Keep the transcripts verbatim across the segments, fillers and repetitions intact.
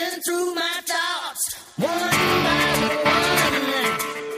racing through my thoughts, one by one.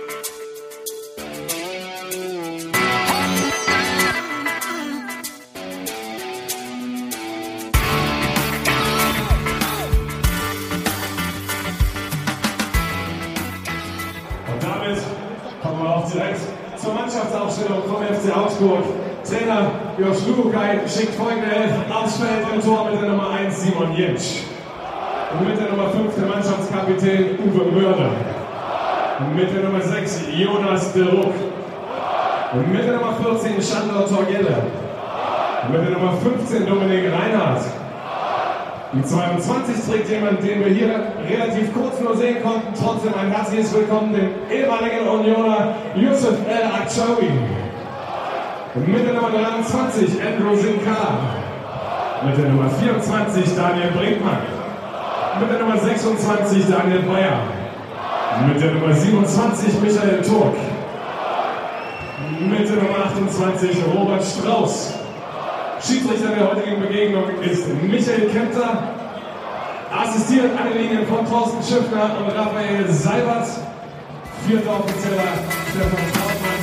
Und damit kommen wir auch direkt zur Mannschaftsaufstellung vom F C Augsburg. Trainer Josh Lukai schickt folgende Elf aufs Feld im Tor mit der Nummer eins Simon Jentsch. Und mit der Nummer fünf der Mannschaftskapitän Uwe Mörder. Und mit der Nummer sechs Jonas de Ruck. Und mit der Nummer vierzehn Sandor Torgelle. Und mit der Nummer fünfzehn Dominik Reinhardt. Die zweiundzwanzig trägt jemand, den wir hier relativ kurz nur sehen konnten. Trotzdem ein herzliches Willkommen, den ehemaligen Unioner Yusuf El Achawi. Und mit der Nummer dreiundzwanzig Andrew Sinkar. Mit der Nummer vierundzwanzig Daniel Brinkmann. Mit der Nummer sechsundzwanzig Daniel Bayer. Mit der Nummer siebenundzwanzig Michael Turk. Mit der Nummer achtundzwanzig Robert Strauß. Schiedsrichter der heutigen Begegnung ist Michael Kempter. Assistiert an den Linien von Thorsten Schiffner und Raphael Seibert. Vierter Offizieller Stefan Trautmann.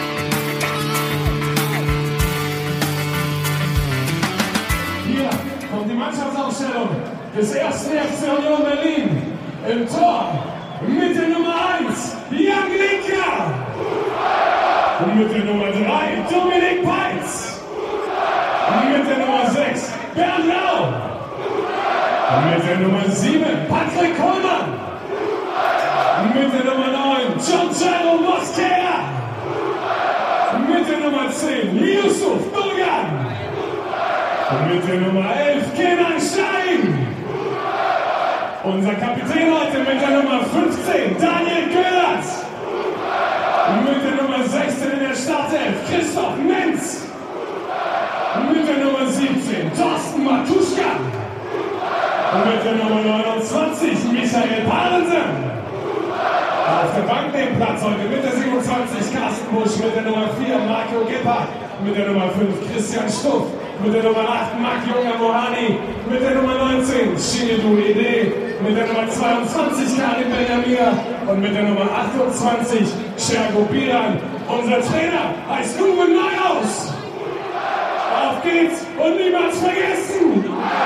Hier kommt die Mannschaftsaufstellung des ersten F C Union Berlin. Im Tor mit der Nummer eins Jan Linker. Und mit der Nummer drei Dominik Peitz. Mit der Nummer sechs Bernd Lau. Mit der Nummer sieben Patrick Kollmann. Mit der Nummer neun Giancarlo Mosquera. Mit der Nummer zehn Yusuf Dogan. Mit der Nummer elf Kenan Schein. Unser Kapitän heute mit der Nummer fünfzehn Daniel Göllert. Mit der Nummer sechzehn in der Startelf Christoph Menz. Mit der Nummer siebzehn Thorsten Matuschka. Und mit der Nummer neunundzwanzig Michael Parensen. Auf der Bank den Platz heute mit der siebenundzwanzig Carsten Busch, mit der Nummer vier Marco Gebhardt, mit der Nummer fünf Christian Stuff, mit der Nummer acht Marc Junger Mohani, mit der Nummer neunzehn Shinedu Ede, mit der Nummer zweiundzwanzig Karim Benjamir und mit der Nummer achtundzwanzig Shergo Biran. Unser Trainer heißt Uwe Neuhaus. Auf geht's und niemals vergessen!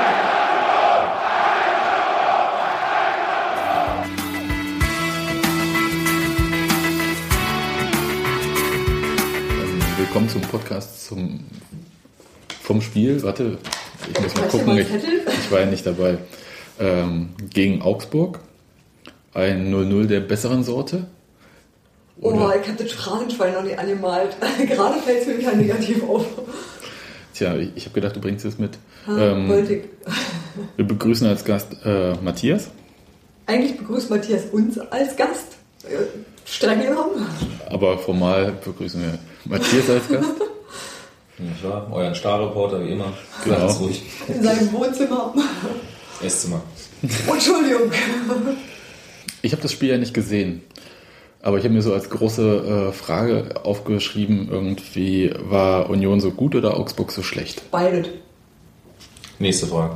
Willkommen zum Podcast zum, vom Spiel. Warte, ich muss mal gucken. Ich, ich war ja nicht dabei. Ähm, gegen Augsburg. Ein null null der besseren Sorte. Oder? Oh, ich habe das Phrasenschwein noch nicht angemalt. Gerade fällt es mir wieder negativ auf. Tja, ich, ich habe gedacht, du bringst es mit. Ha, ähm, wollte ich. Wir begrüßen als Gast äh, Matthias. Eigentlich begrüßt Matthias uns als Gast. Äh, streng genommen. Aber formal begrüßen wir Matthias als Gast. Ja klar, euren Starreporter wie immer. Genau. Ganz ruhig. In seinem Wohnzimmer. Esszimmer. Entschuldigung. Ich habe das Spiel ja nicht gesehen. Aber ich habe mir so als große äh, Frage aufgeschrieben, irgendwie, war Union so gut oder Augsburg so schlecht? Beides. Nächste Frage.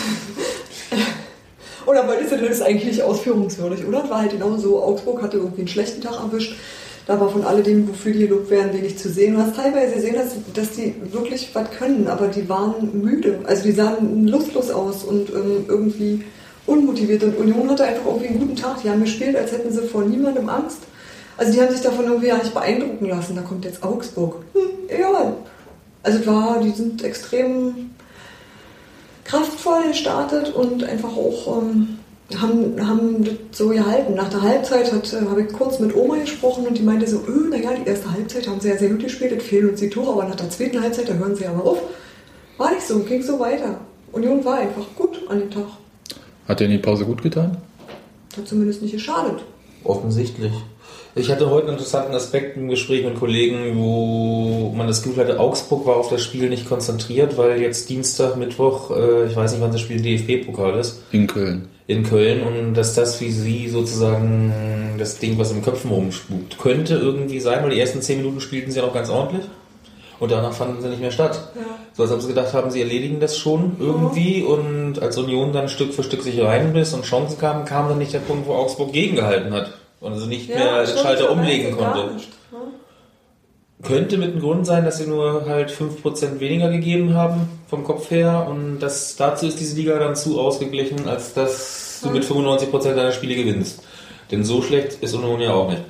Oder wolltest du das ist eigentlich nicht ausführungswürdig, oder? Das war halt genau so, Augsburg hatte irgendwie einen schlechten Tag erwischt. Da war von alledem, wofür die gelobt werden, wenig zu sehen. Du hast teilweise gesehen, dass, dass die wirklich was können, aber die waren müde. Also die sahen lustlos aus und ähm, irgendwie unmotiviert. Und Union hatte einfach irgendwie einen guten Tag. Die haben gespielt, als hätten sie vor niemandem Angst. Also die haben sich davon irgendwie gar nicht beeindrucken lassen. Da kommt jetzt Augsburg. Hm, egal. Also war, die sind extrem kraftvoll gestartet und einfach auch ähm, haben, haben das so gehalten. Nach der Halbzeit hat, äh, habe ich kurz mit Oma gesprochen und die meinte so, öh, naja, die erste Halbzeit haben sie ja sehr gut gespielt, es fehlen uns die Tore, aber nach der zweiten Halbzeit, da hören sie aber auf. War nicht so, ging so weiter. Union war einfach gut an dem Tag. Hat dir die Pause gut getan? Hat zumindest nicht geschadet. Offensichtlich. Ich hatte heute einen interessanten Aspekt im Gespräch mit Kollegen, wo man das Gefühl hatte, Augsburg war auf das Spiel nicht konzentriert, weil jetzt Dienstag, Mittwoch, äh, ich weiß nicht, wann das Spiel D F B-Pokal ist. In Köln. In Köln und dass das für sie sozusagen das Ding, was im Köpfen rumspukt, könnte irgendwie sein, weil die ersten zehn Minuten spielten sie ja noch ganz ordentlich. Und danach fanden sie nicht mehr statt. Ja. So als ob sie gedacht haben, sie erledigen das schon irgendwie. Und als Union dann Stück für Stück sich reinbiss und Chancen kamen, kam dann nicht der Punkt, wo Augsburg gegengehalten hat. Und also nicht Ja, mehr den Schalter umlegen gar konnte. nicht, ne? Könnte mit dem Grund sein, dass sie nur halt fünf Prozent weniger gegeben haben vom Kopf her. Und das, dazu ist diese Liga dann zu ausgeglichen, als dass du mit fünfundneunzig Prozent deiner Spiele gewinnst. Denn so schlecht ist Union ja auch nicht.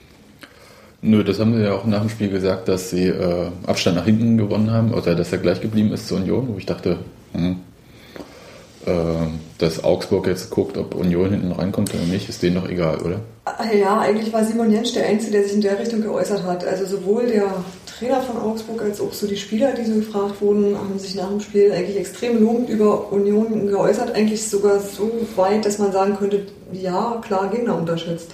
Nö, das haben sie ja auch nach dem Spiel gesagt, dass sie äh, Abstand nach hinten gewonnen haben, oder dass er gleich geblieben ist zur Union, wo ich dachte, hm, äh, dass Augsburg jetzt guckt, ob Union hinten reinkommt oder nicht, ist denen doch egal, oder? Ja, eigentlich war Simon Jentsch der Einzige, der sich in der Richtung geäußert hat. Also sowohl der Trainer von Augsburg als auch so die Spieler, die so gefragt wurden, haben sich nach dem Spiel eigentlich extrem lobend über Union geäußert. Eigentlich sogar so weit, dass man sagen könnte, ja, klar, Gegner unterschätzt.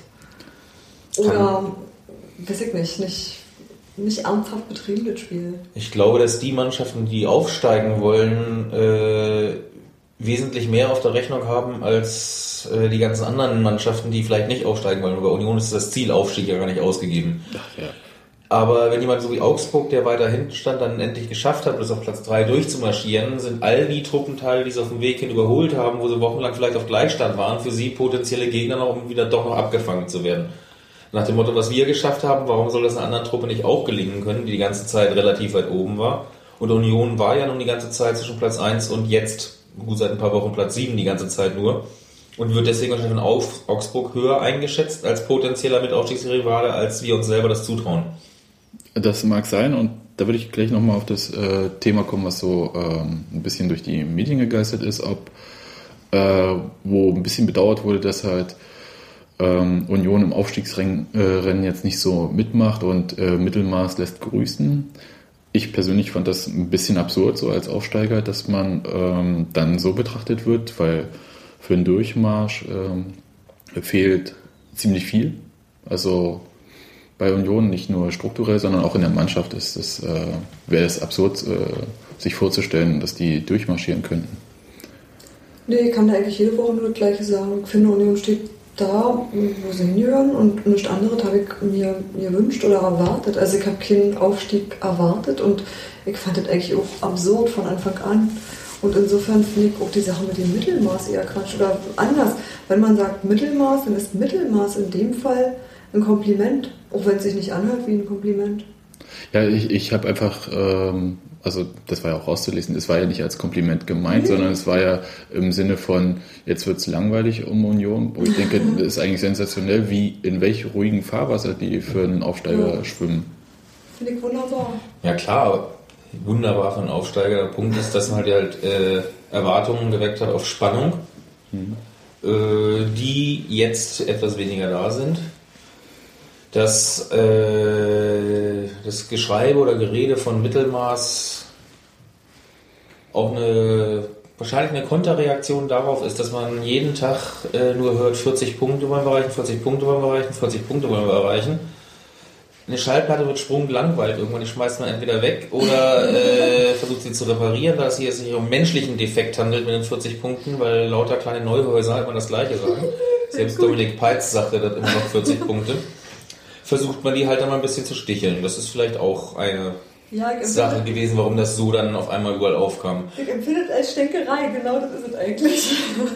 Oder, weiß ich nicht, nicht, nicht ernsthaft betrieben, das Spiel. Ich glaube, dass die Mannschaften, die aufsteigen wollen, äh, wesentlich mehr auf der Rechnung haben als äh, die ganzen anderen Mannschaften, die vielleicht nicht aufsteigen wollen. Bei Union ist das Ziel Aufstieg ja gar nicht ausgegeben. Ach, ja. Aber wenn jemand so wie Augsburg, der weiter hinten stand, dann endlich geschafft hat, bis auf Platz drei durchzumarschieren, sind all die Truppenteile, die sie auf dem Weg hin überholt haben, wo sie wochenlang vielleicht auf Gleichstand waren, für sie potenzielle Gegner noch, um wieder doch noch abgefangen zu werden. Nach dem Motto, was wir geschafft haben, warum soll das einer anderen Truppe nicht auch gelingen können, die die ganze Zeit relativ weit oben war. Und Union war ja nun die ganze Zeit zwischen Platz eins und jetzt, gut seit ein paar Wochen Platz sieben die ganze Zeit nur. Und wird deswegen wahrscheinlich von Augsburg höher eingeschätzt als potenzieller Mitaufstiegsrivale, als wir uns selber das zutrauen. Das mag sein, und da würde ich gleich nochmal auf das äh, Thema kommen, was so ähm, ein bisschen durch die Medien gegeistert ist, ob äh, wo ein bisschen bedauert wurde, dass halt ähm, Union im Aufstiegsrennen äh, jetzt nicht so mitmacht und äh, Mittelmaß lässt grüßen. Ich persönlich fand das ein bisschen absurd, so als Aufsteiger, dass man ähm, dann so betrachtet wird, weil für einen Durchmarsch ähm, fehlt ziemlich viel. Also bei Union nicht nur strukturell, sondern auch in der Mannschaft ist es, äh, wäre es absurd, äh, sich vorzustellen, dass die durchmarschieren könnten. Nee, ich kann da eigentlich jede Woche nur das Gleiche sagen. Ich finde, Union steht da, wo sie hingehören, und nichts anderes habe ich mir gewünscht oder erwartet. Also ich habe keinen Aufstieg erwartet und ich fand das eigentlich auch absurd von Anfang an. Und insofern finde ich auch die Sache mit dem Mittelmaß eher Quatsch. Oder anders, wenn man sagt Mittelmaß, dann ist Mittelmaß in dem Fall ein Kompliment, auch wenn es sich nicht anhört wie ein Kompliment. Ja, ich, ich habe einfach, ähm, also das war ja auch rauszulesen, es war ja nicht als Kompliment gemeint, nee, sondern es war ja im Sinne von, jetzt wird es langweilig um Union, wo ich denke, das ist eigentlich sensationell, wie in welch ruhigen Fahrwasser die für einen Aufsteiger ja. schwimmen. Finde ich wunderbar. Ja klar, wunderbar für einen Aufsteiger. Der Punkt ist, dass man halt äh, Erwartungen geweckt hat auf Spannung, mhm. äh, die jetzt etwas weniger da sind. Dass äh, das Geschreibe oder Gerede von Mittelmaß auch eine, wahrscheinlich eine Konterreaktion darauf ist, dass man jeden Tag äh, nur hört, vierzig Punkte wollen wir erreichen, vierzig Punkte wollen wir erreichen, vierzig Punkte wollen wir erreichen. Eine Schallplatte wird sprunglangweilig, irgendwann die schmeißt man entweder weg oder äh, versucht sie zu reparieren, da es hier sich um einen menschlichen Defekt handelt mit den vierzig Punkten, weil lauter kleine Neuhäuser immer das Gleiche sagen. Selbst Dominik Peitz sagte, das immer noch vierzig Punkte. Versucht man die halt dann mal ein bisschen zu sticheln. Das ist vielleicht auch eine ja, Sache gewesen, warum das so dann auf einmal überall aufkam. Ich empfinde es als Stänkerei, genau das ist es eigentlich.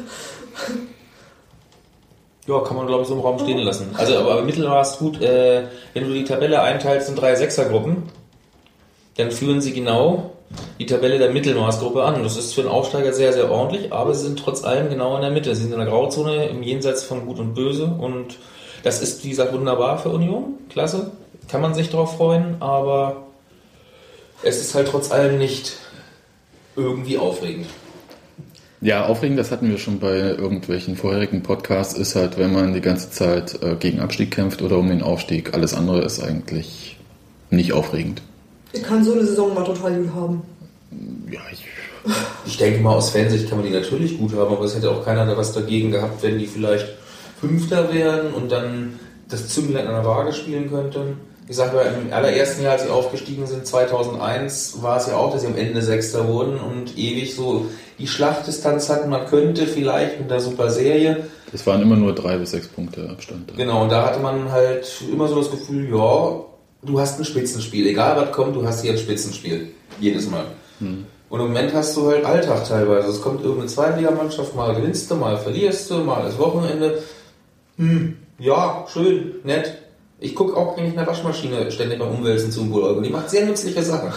Ja, kann man glaube ich so im Raum stehen lassen. Also aber Mittelmaß gut, äh, wenn du die Tabelle einteilst in drei Sechsergruppen, dann führen sie genau die Tabelle der Mittelmaßgruppe an. Das ist für einen Aufsteiger sehr, sehr ordentlich, aber sie sind trotz allem genau in der Mitte. Sie sind in der Grauzone, im Jenseits von Gut und Böse, und das ist, wie gesagt, wunderbar für Union. Klasse. Kann man sich drauf freuen, aber es ist halt trotz allem nicht irgendwie aufregend. Ja, aufregend, das hatten wir schon bei irgendwelchen vorherigen Podcasts, ist halt, wenn man die ganze Zeit äh, gegen Abstieg kämpft oder um den Aufstieg. Alles andere ist eigentlich nicht aufregend. Ich kann so eine Saison mal total gut haben. Ja, ich... Ich denke mal, aus Fansicht kann man die natürlich gut haben, aber es hätte auch keiner da was dagegen gehabt, wenn die vielleicht Fünfter wären und dann das Zünglein an der Waage spielen könnten. Ich sage mal, im allerersten Jahr, als sie aufgestiegen sind, zweitausendeins, war es ja auch, dass sie am Ende Sechster wurden und ewig so die Schlachtdistanz hatten. Man könnte vielleicht mit der super Serie. Es waren immer nur drei bis sechs Punkte Abstand. Genau, und da hatte man halt immer so das Gefühl, ja, du hast ein Spitzenspiel. Egal was kommt, du hast hier ein Spitzenspiel. Jedes Mal. Hm. Und im Moment hast du halt Alltag teilweise. Es kommt irgendeine Zweitligamannschaft, mal gewinnst du, mal verlierst du, mal ist Wochenende. Hm, ja, schön, nett. Ich gucke auch nicht in der Waschmaschine ständig beim Umwälzen zu, und die macht sehr nützliche Sachen.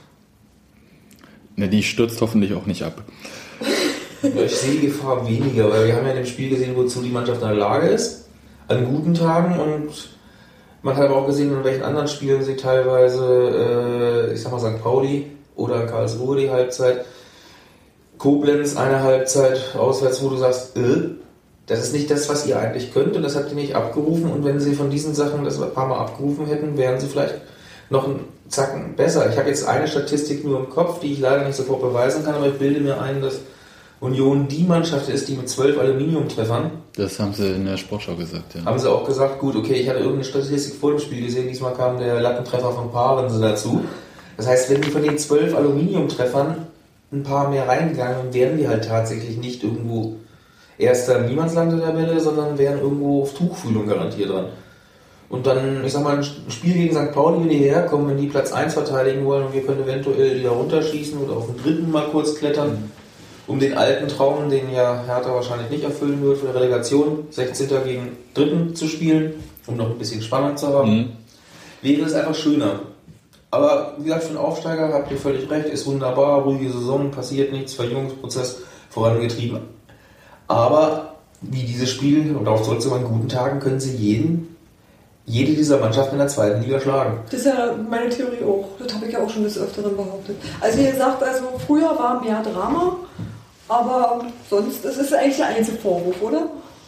Na, die stürzt hoffentlich auch nicht ab. Ich sehe die Gefahr weniger, weil wir haben ja in dem Spiel gesehen, wozu die Mannschaft in der Lage ist. An guten Tagen, und man hat aber auch gesehen, in welchen anderen Spielen sie teilweise, äh, ich sag mal Sankt Pauli oder Karlsruhe die Halbzeit, Koblenz eine Halbzeit auswärts, wo du sagst, äh, das ist nicht das, was ihr eigentlich könnt, und das habt ihr nicht abgerufen, und wenn sie von diesen Sachen das ein paar Mal abgerufen hätten, wären sie vielleicht noch einen Zacken besser. Ich habe jetzt eine Statistik nur im Kopf, die ich leider nicht sofort beweisen kann, aber ich bilde mir ein, dass Union die Mannschaft ist, die mit zwölf Aluminiumtreffern. Das haben sie in der Sportschau gesagt, ja. Haben sie auch gesagt, gut, okay, ich hatte irgendeine Statistik vor dem Spiel gesehen, diesmal kam der Lattentreffer von Parensen dazu. Das heißt, wenn die von den zwölf Aluminiumtreffern ein paar mehr reingegangen, wären die halt tatsächlich nicht irgendwo erster im Niemandsland der Tabelle, sondern wären irgendwo auf Tuchfühlung garantiert dran. Und dann, ich sag mal, ein Spiel gegen Sankt Pauli, wenn die herkommen, wenn die Platz eins verteidigen wollen und wir können eventuell die da runterschießen oder auf den dritten mal kurz klettern, um den alten Traum, den ja Hertha wahrscheinlich nicht erfüllen wird, für die Relegation, sechzehnter gegen dritten zu spielen, um noch ein bisschen Spannung zu haben, mhm. wäre es einfach schöner. Aber wie gesagt, für einen Aufsteiger habt ihr völlig recht, ist wunderbar, ruhige Saison, passiert nichts, Verjüngungsprozess vorangetrieben. Aber wie dieses Spiel, und auch sonst an guten Tagen, können sie jeden, jede dieser Mannschaften in der zweiten Liga schlagen. Das ist ja meine Theorie auch. Das habe ich ja auch schon des Öfteren behauptet. Also ihr sagt, also früher war mehr Drama, aber sonst ist es eigentlich der einzige Vorwurf, oder?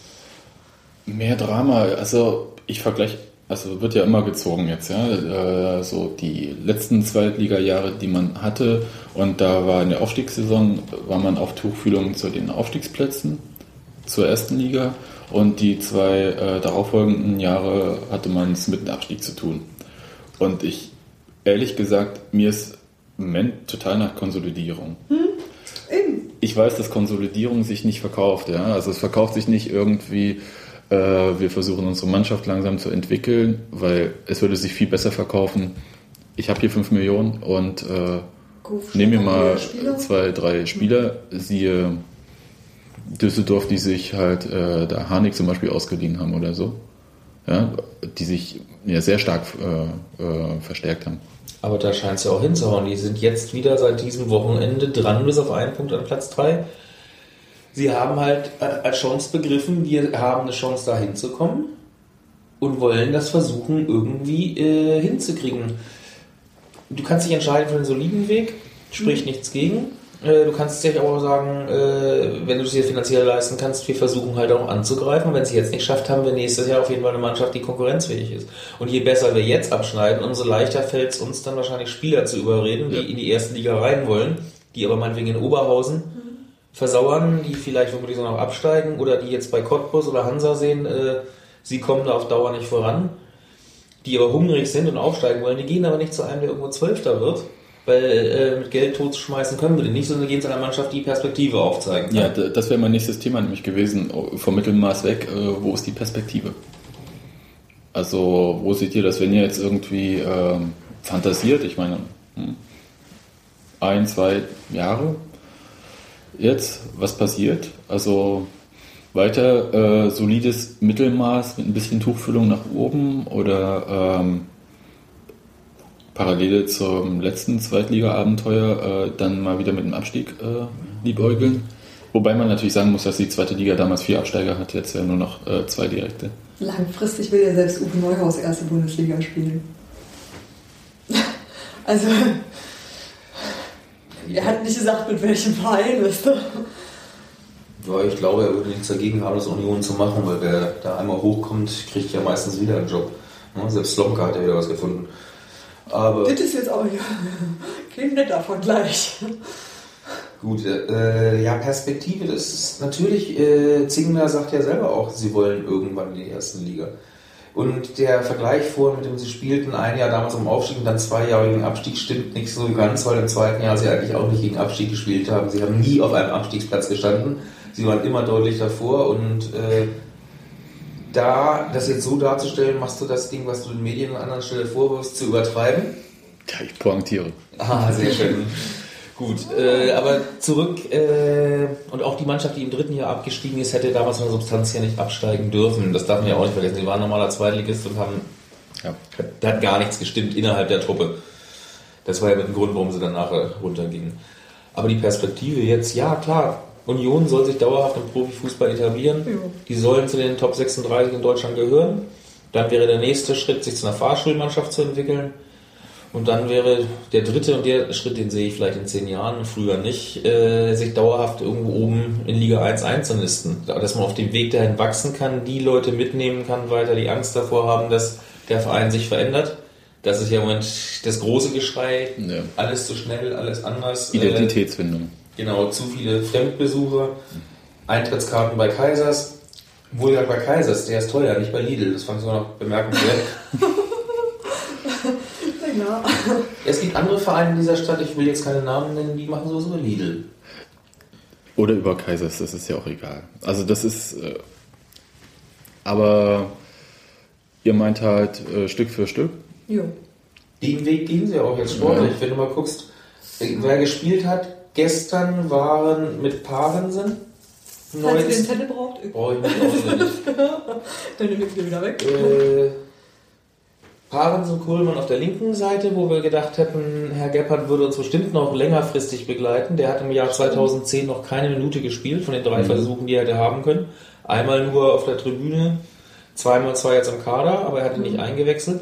Mehr Drama, also ich vergleiche, also wird ja immer gezogen jetzt, ja, so die letzten Zweitliga-Jahre, die man hatte, und da war in der Aufstiegssaison, war man auf Tuchfühlung zu den Aufstiegsplätzen, zur ersten Liga, und die zwei äh, darauffolgenden Jahre hatte man es mit dem Abstieg zu tun. Und ich, ehrlich gesagt, mir ist im Moment total nach Konsolidierung. Hm, eben. Ich weiß, dass Konsolidierung sich nicht verkauft, ja, also es verkauft sich nicht irgendwie, äh, wir versuchen unsere Mannschaft langsam zu entwickeln, weil es würde sich viel besser verkaufen. Ich habe hier fünf Millionen und äh, nehme mir mal zwei, drei Spieler, siehe Düsseldorf, die sich halt äh, da Harnik zum Beispiel ausgeliehen haben oder so, ja, die sich ja sehr stark äh, äh, verstärkt haben. Aber da scheint es ja auch hinzuhauen. Die sind jetzt wieder seit diesem Wochenende dran, bis auf einen Punkt an Platz drei. Sie haben halt als Chance begriffen, wir haben eine Chance da hinzukommen und wollen das versuchen irgendwie äh, hinzukriegen. Du kannst dich entscheiden für einen soliden Weg, spricht mhm. nichts gegen. Du kannst dich auch sagen, wenn du es dir finanziell leisten kannst, wir versuchen halt auch anzugreifen. Wenn es jetzt nicht schafft, haben wir nächstes Jahr auf jeden Fall eine Mannschaft, die konkurrenzfähig ist. Und je besser wir jetzt abschneiden, umso leichter fällt es uns dann wahrscheinlich Spieler zu überreden, die ja. in die erste Liga rein wollen, die aber meinetwegen in Oberhausen mhm. versauern, die vielleicht womöglich noch absteigen oder die jetzt bei Cottbus oder Hansa sehen, äh, sie kommen da auf Dauer nicht voran, die aber hungrig sind und aufsteigen wollen, die gehen aber nicht zu einem, der irgendwo Zwölfter wird. Weil äh, mit Geld totzuschmeißen können wir den nicht, sondern gehen zu einer Mannschaft, die Perspektive aufzeigen. Ja, d- das wäre mein nächstes Thema nämlich gewesen, vom Mittelmaß weg, äh, wo ist die Perspektive? Also, wo seht ihr das, wenn ihr jetzt irgendwie äh, fantasiert, ich meine, hm, ein, zwei Jahre jetzt, was passiert? Also, weiter äh, solides Mittelmaß mit ein bisschen Tuchfüllung nach oben oder ähm, Parallele zum letzten Zweitliga-Abenteuer äh, dann mal wieder mit dem Abstieg äh, liebäugeln. Wobei man natürlich sagen muss, dass die zweite Liga damals vier Absteiger hat, jetzt ja nur noch äh, zwei direkte. Langfristig will ja selbst Uwe Neuhaus erste Bundesliga spielen. Also, er hat nicht gesagt, mit welchem Verein, wisst ihr? Ja, ich glaube, er würde nichts dagegen haben, das Union zu machen, weil wer da einmal hochkommt, kriegt ja meistens wieder einen Job. Ja, selbst Slomka hat ja wieder was gefunden. Aber das ist jetzt auch kein netter Vergleich. Gut, äh, ja, Perspektive, das ist natürlich, äh, Zingler sagt ja selber auch, sie wollen irgendwann in die ersten Liga. Und der Vergleich vorhin, mit dem sie spielten, ein Jahr damals um Aufstieg und dann zwei Jahre gegen Abstieg, stimmt nicht so ganz, weil im zweiten Jahr sie eigentlich auch nicht gegen Abstieg gespielt haben. Sie haben nie auf einem Abstiegsplatz gestanden, sie waren immer deutlich davor und äh, da das jetzt so darzustellen, machst du das Ding, was du den Medien an anderer Stelle vorwirfst, zu übertreiben? Ja, ich pointiere. Ah, sehr schön. Gut, äh, aber zurück, äh, und auch die Mannschaft, die im dritten Jahr abgestiegen ist, hätte damals von der Substanz her nicht absteigen dürfen. Das darf man ja auch nicht vergessen. Sie waren normaler Zweitligist und haben, Ja. da hat gar nichts gestimmt innerhalb der Truppe. Das war ja mit dem Grund, warum sie dann nachher runtergingen. Aber die Perspektive jetzt, ja klar, Union soll sich dauerhaft im Profifußball etablieren. Ja. Die sollen zu den Top sechsunddreißig in Deutschland gehören. Dann wäre der nächste Schritt, sich zu einer Fahrschulmannschaft zu entwickeln. Und dann wäre der dritte, und der Schritt, den sehe ich vielleicht in zehn Jahren, früher nicht, äh, sich dauerhaft irgendwo oben in Liga eins einzunisten. Dass man auf dem Weg dahin wachsen kann, die Leute mitnehmen kann, weiter die Angst davor haben, dass der Verein sich verändert. Das ist ja im Moment das große Geschrei. Ja. Alles zu schnell, alles anders. Identitätsfindung. Äh, genau, zu viele Fremdbesucher. Eintrittskarten bei Kaisers. Wohl bei Kaisers, der ist teuer, nicht bei Lidl. Das fand ich sogar noch bemerkenswert. Ja. Es gibt andere Vereine in dieser Stadt, ich will jetzt keine Namen nennen, die machen sowieso Lidl. Oder über Kaisers, das ist ja auch egal. Also das ist... Äh, aber ihr meint halt äh, Stück für Stück. Jo. Den Weg gehen sie auch jetzt sportlich. Ja. Wenn du mal guckst, wer gespielt hat, gestern waren mit Parensen. Falls ihr den Zettel braucht, ich brauche ich nicht auswendig. dann nehme ich den wieder weg. Äh, Parensen Kohlmann auf der linken Seite, wo wir gedacht hätten, Herr Gebhardt würde uns bestimmt noch längerfristig begleiten. Der hat im Jahr zweitausendzehn noch keine Minute gespielt von den drei mhm. Versuchen, die er hätte haben können. Einmal nur auf der Tribüne, zweimal zwar jetzt im Kader, aber er hat ihn nicht eingewechselt.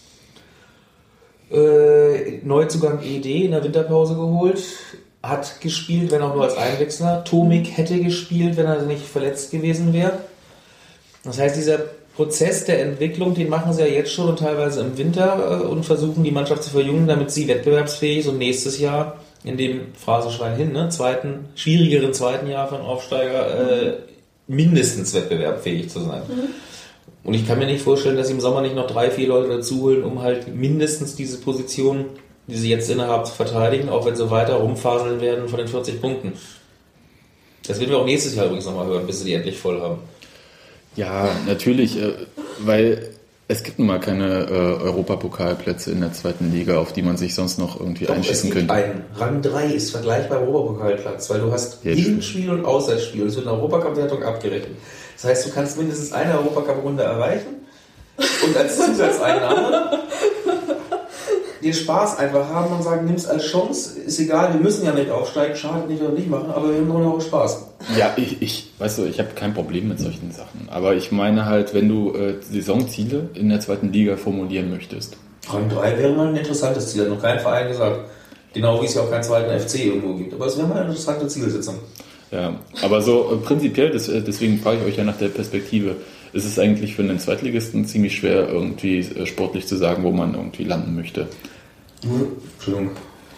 Äh, Neuzugang E D in der Winterpause geholt, hat gespielt, wenn auch nur als Einwechsler. Tomik hätte gespielt, wenn er nicht verletzt gewesen wäre. Das heißt, dieser Prozess der Entwicklung, den machen sie ja jetzt schon und teilweise im Winter äh, und versuchen die Mannschaft zu verjüngen, damit sie wettbewerbsfähig ist und nächstes Jahr in dem Phrasenschwein hin, ne, zweiten, schwierigeren zweiten Jahr von Aufsteiger äh, mindestens wettbewerbsfähig zu sein. Mhm. Und ich kann mir nicht vorstellen, dass sie im Sommer nicht noch drei, vier Leute dazu holen, um halt mindestens diese Position, die sie jetzt innehaben, zu verteidigen, auch wenn sie weiter rumfaseln werden von den vierzig Punkten. Das werden wir auch nächstes Jahr übrigens nochmal hören, bis sie die endlich voll haben. Ja, natürlich, äh, weil es gibt nun mal keine äh, Europapokalplätze in der zweiten Liga, auf die man sich sonst noch irgendwie Doch, einschießen es gibt könnte. einen. Rang drei ist vergleichbar mit Europapokalplatz, weil du hast Ja, Hinspiel und Auswärtsspiel. Das wird in der Europacup-Wertung abgerechnet. Das heißt, du kannst mindestens eine Europacup-Runde erreichen und als Zusatzeinnahme den Spaß einfach haben und sagen, nimm es als Chance, ist egal, wir müssen ja nicht aufsteigen, schadet nicht oder nicht machen, aber wir haben doch noch Spaß. Ja, ich, ich weißt du, ich habe kein Problem mit solchen Sachen. Aber ich meine halt, wenn du äh, Saisonziele in der zweiten Liga formulieren möchtest. Rang drei wäre mal ein interessantes Ziel, hat noch kein Verein gesagt. Genau wie es ja auch keinen zweiten F C irgendwo gibt. Aber es wäre mal eine interessante Zielsetzung. Ja, aber so äh, prinzipiell, das, äh, deswegen frage ich euch ja nach der Perspektive, ist es eigentlich für einen Zweitligisten ziemlich schwer, irgendwie äh, sportlich zu sagen, wo man irgendwie landen möchte. Mhm. Entschuldigung.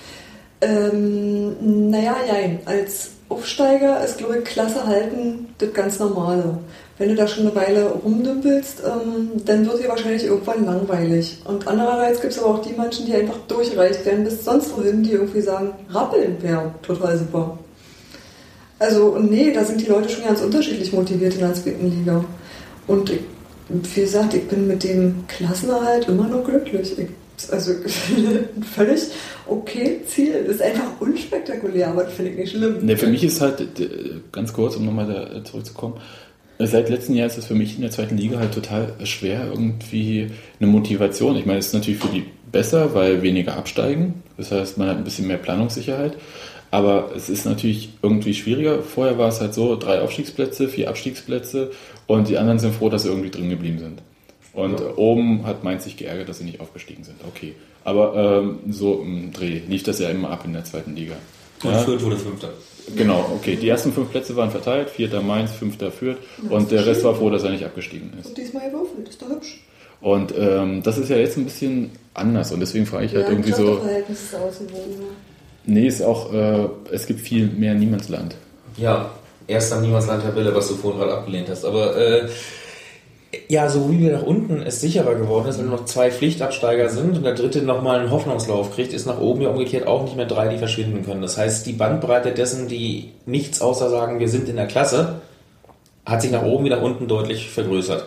Ähm, naja, nein. Als Aufsteiger ist, glaube ich, Klasse halten das ganz Normale. Wenn du da schon eine Weile rumdümpelst, ähm, dann wird dir wahrscheinlich irgendwann langweilig. Und andererseits gibt es aber auch die Menschen, die einfach durchreicht werden bis sonst wohin, die irgendwie sagen, rappeln wäre total super. Also nee, da sind die Leute schon ganz unterschiedlich motiviert in der zweiten Liga. Und ich, wie gesagt, ich bin mit dem Klassenerhalt immer noch glücklich. Ich, also ein völlig okay Ziel. Das ist einfach unspektakulär, aber das finde ich nicht schlimm. Ne, für mich ist halt, ganz kurz, um nochmal da zurückzukommen, seit letztem Jahr ist es für mich in der zweiten Liga halt total schwer, irgendwie eine Motivation. Ich meine, es ist natürlich für die besser, weil weniger absteigen. Das heißt, man hat ein bisschen mehr Planungssicherheit. Aber es ist natürlich irgendwie schwieriger. Vorher war es halt so, drei Aufstiegsplätze, vier Abstiegsplätze und die anderen sind froh, dass sie irgendwie drin geblieben sind. Und ja. Oben hat Mainz sich geärgert, dass sie nicht aufgestiegen sind. Okay. Aber ähm, so im Dreh lief das ja immer ab in der zweiten Liga. Und ja? Fürth wurde Fünfter. Genau, okay. Die ersten fünf Plätze waren verteilt, vierter Mainz, fünfter Fürth ja, und der schön. Rest war froh, dass er nicht abgestiegen ist. Und diesmal gewürfelt, ist doch hübsch. Und ähm, das ist ja jetzt ein bisschen anders und deswegen frage ich halt ja, irgendwie so... Verhältnis ist ausgewogen. Nee, ist auch, äh, es gibt viel mehr Niemandsland. Ja, erster Niemandsland-Tabelle, was du vorhin gerade abgelehnt hast. Aber äh, ja, so wie wir nach unten es sicherer geworden ist, wenn noch zwei Pflichtabsteiger sind und der dritte nochmal einen Hoffnungslauf kriegt, ist nach oben ja umgekehrt auch nicht mehr drei, die verschwinden können. Das heißt, die Bandbreite dessen, die nichts außer sagen, wir sind in der Klasse, hat sich nach oben wie nach unten deutlich vergrößert.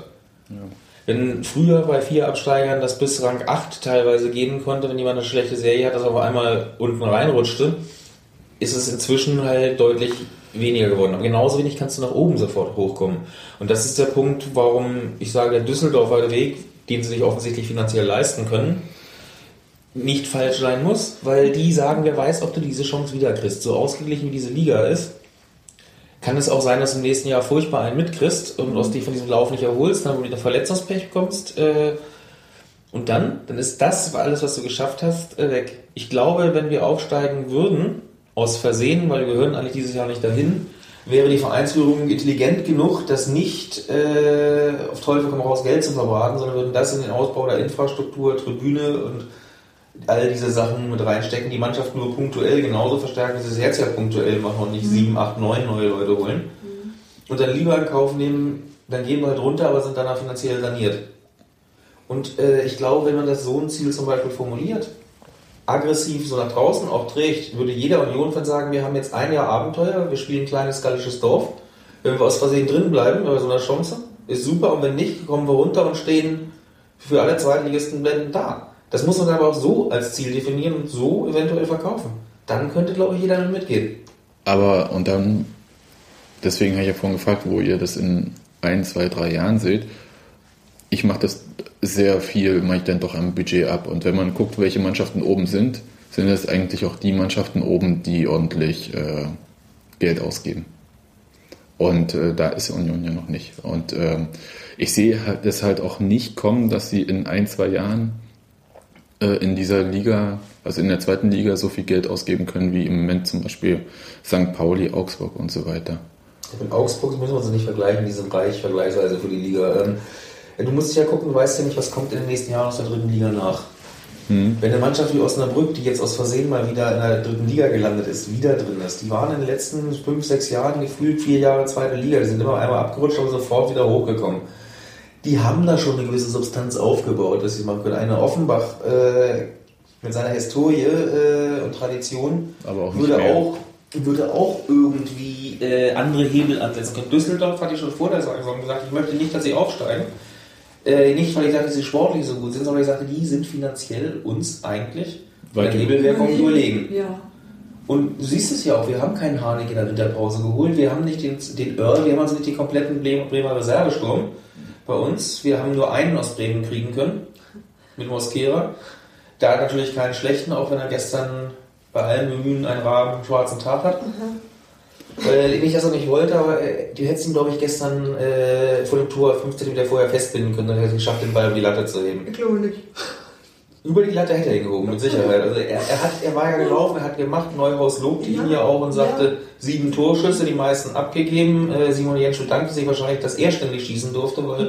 Ja. Wenn früher bei vier Absteigern das bis Rang acht teilweise gehen konnte, wenn jemand eine schlechte Serie hat, dass er auf einmal unten reinrutschte, ist es inzwischen halt deutlich weniger geworden. Aber genauso wenig kannst du nach oben sofort hochkommen. Und das ist der Punkt, warum ich sage, der Düsseldorfer Weg, den sie sich offensichtlich finanziell leisten können, nicht falsch sein muss, weil die sagen, wer weiß, ob du diese Chance wieder kriegst. So ausgeglichen wie diese Liga ist, kann es auch sein, dass du im nächsten Jahr furchtbar einen mitkriegst und aus dich von diesem Lauf nicht erholst, dann wieder Verletzungspech bekommst. Äh, und dann, dann ist das alles, was du geschafft hast, äh, weg. Ich glaube, wenn wir aufsteigen würden, aus Versehen, weil wir gehören eigentlich dieses Jahr nicht dahin, wäre die Vereinsführung intelligent genug, das nicht äh, auf Teufel komm raus Geld zu verbraten, sondern würden das in den Ausbau der Infrastruktur, Tribüne und all diese Sachen mit reinstecken, die Mannschaft nur punktuell genauso verstärken, wie sie es jetzt ja punktuell machen und nicht mhm. sieben, acht, neun neue Leute holen. Mhm. Und dann lieber in Kauf nehmen, dann gehen wir halt runter, aber sind danach finanziell saniert. Und äh, ich glaube, wenn man das so ein Ziel zum Beispiel formuliert, aggressiv so nach draußen auch trägt, würde jeder Union-Fan sagen, wir haben jetzt ein Jahr Abenteuer, wir spielen ein kleines gallisches Dorf, wenn wir aus Versehen drin bleiben, bei so einer Chance, ist super, und wenn nicht, kommen wir runter und stehen für alle Zweitligisten blendend da. Das muss man aber auch so als Ziel definieren und so eventuell verkaufen. Dann könnte, glaube ich, jeder damit mitgehen. Aber, und dann, deswegen habe ich ja vorhin gefragt, wo ihr das in ein, zwei, drei Jahren seht. Ich mache das sehr viel, mache ich dann doch am Budget ab. Und wenn man guckt, welche Mannschaften oben sind, sind es eigentlich auch die Mannschaften oben, die ordentlich äh, Geld ausgeben. Und äh, da ist Union ja noch nicht. Und äh, ich sehe halt, das halt auch nicht kommen, dass sie in ein, zwei Jahren in dieser Liga, also in der zweiten Liga, so viel Geld ausgeben können wie im Moment zum Beispiel Sankt Pauli, Augsburg und so weiter. Mit Augsburg müssen wir uns nicht vergleichen, die sind reich vergleichsweise für die Liga. Du musst dich ja gucken, du weißt ja nicht, was kommt in den nächsten Jahren aus der dritten Liga nach. Hm. Wenn eine Mannschaft wie Osnabrück, die jetzt aus Versehen mal wieder in der dritten Liga gelandet ist, wieder drin ist, die waren in den letzten fünf, sechs Jahren gefühlt vier Jahre zweite Liga, die sind immer einmal abgerutscht, aber sofort wieder hochgekommen. Die haben da schon eine gewisse Substanz aufgebaut, dass sie machen können. Eine Offenbach äh, mit seiner Historie äh, und Tradition aber auch würde, auch, würde auch irgendwie äh, andere Hebel ansetzen können. Düsseldorf hatte ich schon vor der Saison gesagt, ich möchte nicht, dass sie aufsteigen. Äh, nicht, weil ich dachte, dass sie sportlich so gut sind, sondern weil ich sagte, die sind finanziell uns eigentlich bei der Hebelwirkung überlegen. Ja. Und du siehst es ja auch, wir haben keinen Harnik in der Winterpause geholt, wir haben nicht den, den Earl, wir haben also nicht den kompletten Bremer Reservesturm bei uns. Wir haben nur einen aus Bremen kriegen können, mit Mosquera. Da hat natürlich keinen schlechten, auch wenn er gestern bei allen Bemühen einen Raben schwarzen Tag hat. Mhm. Weil ich das auch nicht wollte, aber du hättest ihn, glaube ich, gestern äh, vor dem Tor fünf Zentimeter vorher festbinden können, dann hätte er es geschafft, den Ball um die Latte zu heben. Ich glaube nicht. Über die Latte hätte er ihn gehoben, mit Sicherheit. Also er, er, hat, er war ja gelaufen, er hat gemacht, Neuhaus lobte ihn ja auch und sagte, ja. sieben Torschüsse, die meisten abgegeben. Äh, Simon Jensch bedankte sich wahrscheinlich, dass er ständig schießen durfte, weil mhm.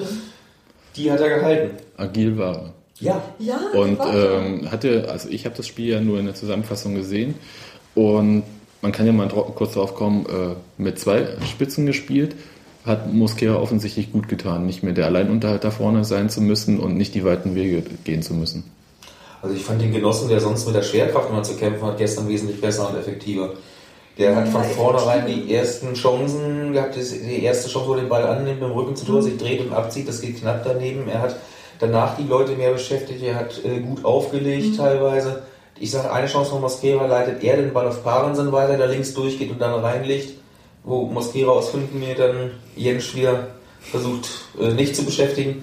die hat er gehalten. Agil war er. Ja. ja und ähm, hatte, also ich habe das Spiel ja nur in der Zusammenfassung gesehen und man kann ja mal kurz drauf kommen, äh, mit zwei Spitzen gespielt, hat Mosquera offensichtlich gut getan, nicht mehr der Alleinunterhalter vorne sein zu müssen und nicht die weiten Wege gehen zu müssen. Also ich fand den Genossen, der sonst mit der Schwerkraft immer zu kämpfen hat, gestern wesentlich besser und effektiver. Der hat von vornherein die ersten Chancen gehabt, die erste Chance, wo er den Ball annimmt, mit dem Rücken zu Tor, sich dreht und abzieht, das geht knapp daneben. Er hat danach die Leute mehr beschäftigt, er hat äh, gut aufgelegt mhm. teilweise. Ich sage, eine Chance von Mosquera leitet er den Ball auf Parensen weiter, der links durchgeht und dann reinlegt, wo Mosquera aus fünf Metern Jensch wieder versucht äh, nicht zu beschäftigen.